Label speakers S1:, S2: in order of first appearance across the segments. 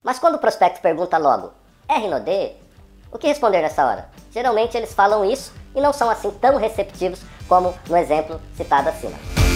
S1: Mas quando o prospecto pergunta logo, R no D? O que responder nessa hora? Geralmente eles falam isso e não são assim tão receptivos como no exemplo citado acima.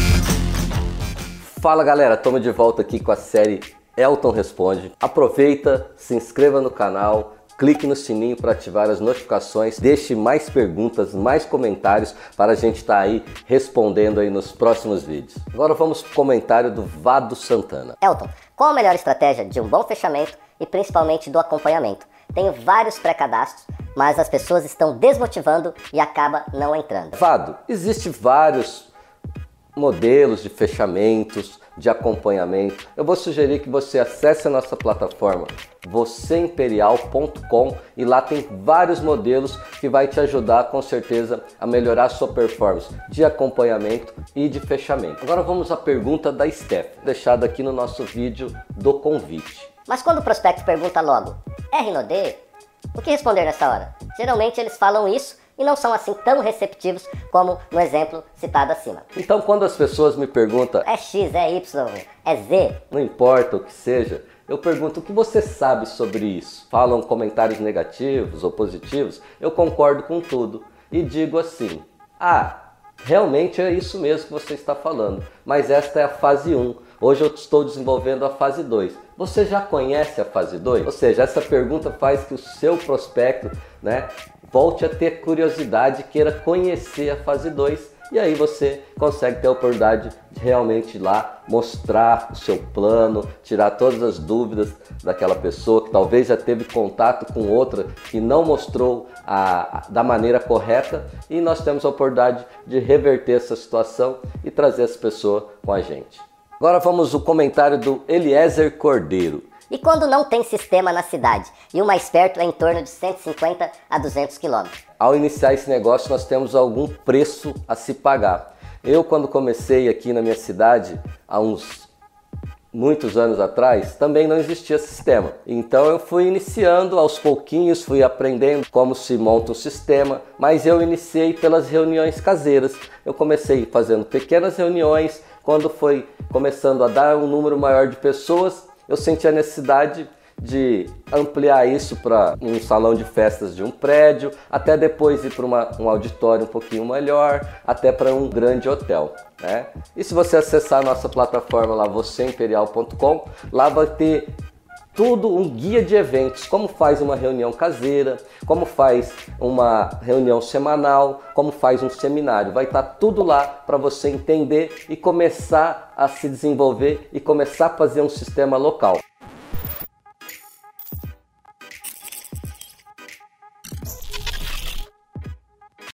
S2: Fala galera, estamos de volta aqui com a série Elton Responde. Aproveita, se inscreva no canal, clique no sininho para ativar as notificações, deixe mais perguntas, mais comentários para a gente estar aí respondendo aí nos próximos vídeos. Agora vamos para o comentário do Vado Santana.
S1: Elton, qual a melhor estratégia de um bom fechamento e principalmente do acompanhamento? Tenho vários pré-cadastros, mas as pessoas estão desmotivando e acaba não entrando.
S2: Vado, existem vários modelos de fechamentos, de acompanhamento. Eu vou sugerir que você acesse a nossa plataforma vocêimperial.com e lá tem vários modelos que vai te ajudar com certeza a melhorar a sua performance de acompanhamento e de fechamento. Agora vamos à pergunta da Steph, deixada aqui no nosso vídeo do convite.
S1: Mas quando o prospecto pergunta logo, R no D? O que responder nessa hora? Geralmente eles falam isso e não são assim tão receptivos como no exemplo citado acima.
S2: Então quando as pessoas me perguntam,
S1: é X, é Y, é Z?
S2: Não importa o que seja, eu pergunto o que você sabe sobre isso. Falam comentários negativos ou positivos, eu concordo com tudo e digo assim, realmente é isso mesmo que você está falando, mas esta é a fase 1. Hoje eu estou desenvolvendo a fase 2. Você já conhece a fase 2? Ou seja, essa pergunta faz que o seu prospecto, volte a ter curiosidade, queira conhecer a fase 2 e aí você consegue ter a oportunidade de realmente ir lá mostrar o seu plano, tirar todas as dúvidas daquela pessoa que talvez já teve contato com outra que não mostrou da maneira correta e nós temos a oportunidade de reverter essa situação e trazer essa pessoa com a gente. Agora vamos ao comentário do Eliezer Cordeiro.
S1: E quando não tem sistema na cidade e o mais perto é em torno de 150 a 200 quilômetros?
S2: Ao iniciar esse negócio nós temos algum preço a se pagar. Eu quando comecei aqui na minha cidade, há muitos anos atrás, também não existia sistema. Então eu fui iniciando aos pouquinhos, fui aprendendo como se monta um sistema, mas eu iniciei pelas reuniões caseiras. Eu comecei fazendo pequenas reuniões, quando foi começando a dar um número maior de pessoas, eu senti a necessidade de ampliar isso para um salão de festas de um prédio, até depois ir para um auditório um pouquinho melhor, até para um grande hotel. E se você acessar a nossa plataforma lá, vocêimperial.com, lá vai ter tudo, um guia de eventos, como faz uma reunião caseira, como faz uma reunião semanal, como faz um seminário. Vai estar tudo lá para você entender e começar a se desenvolver e começar a fazer um sistema local.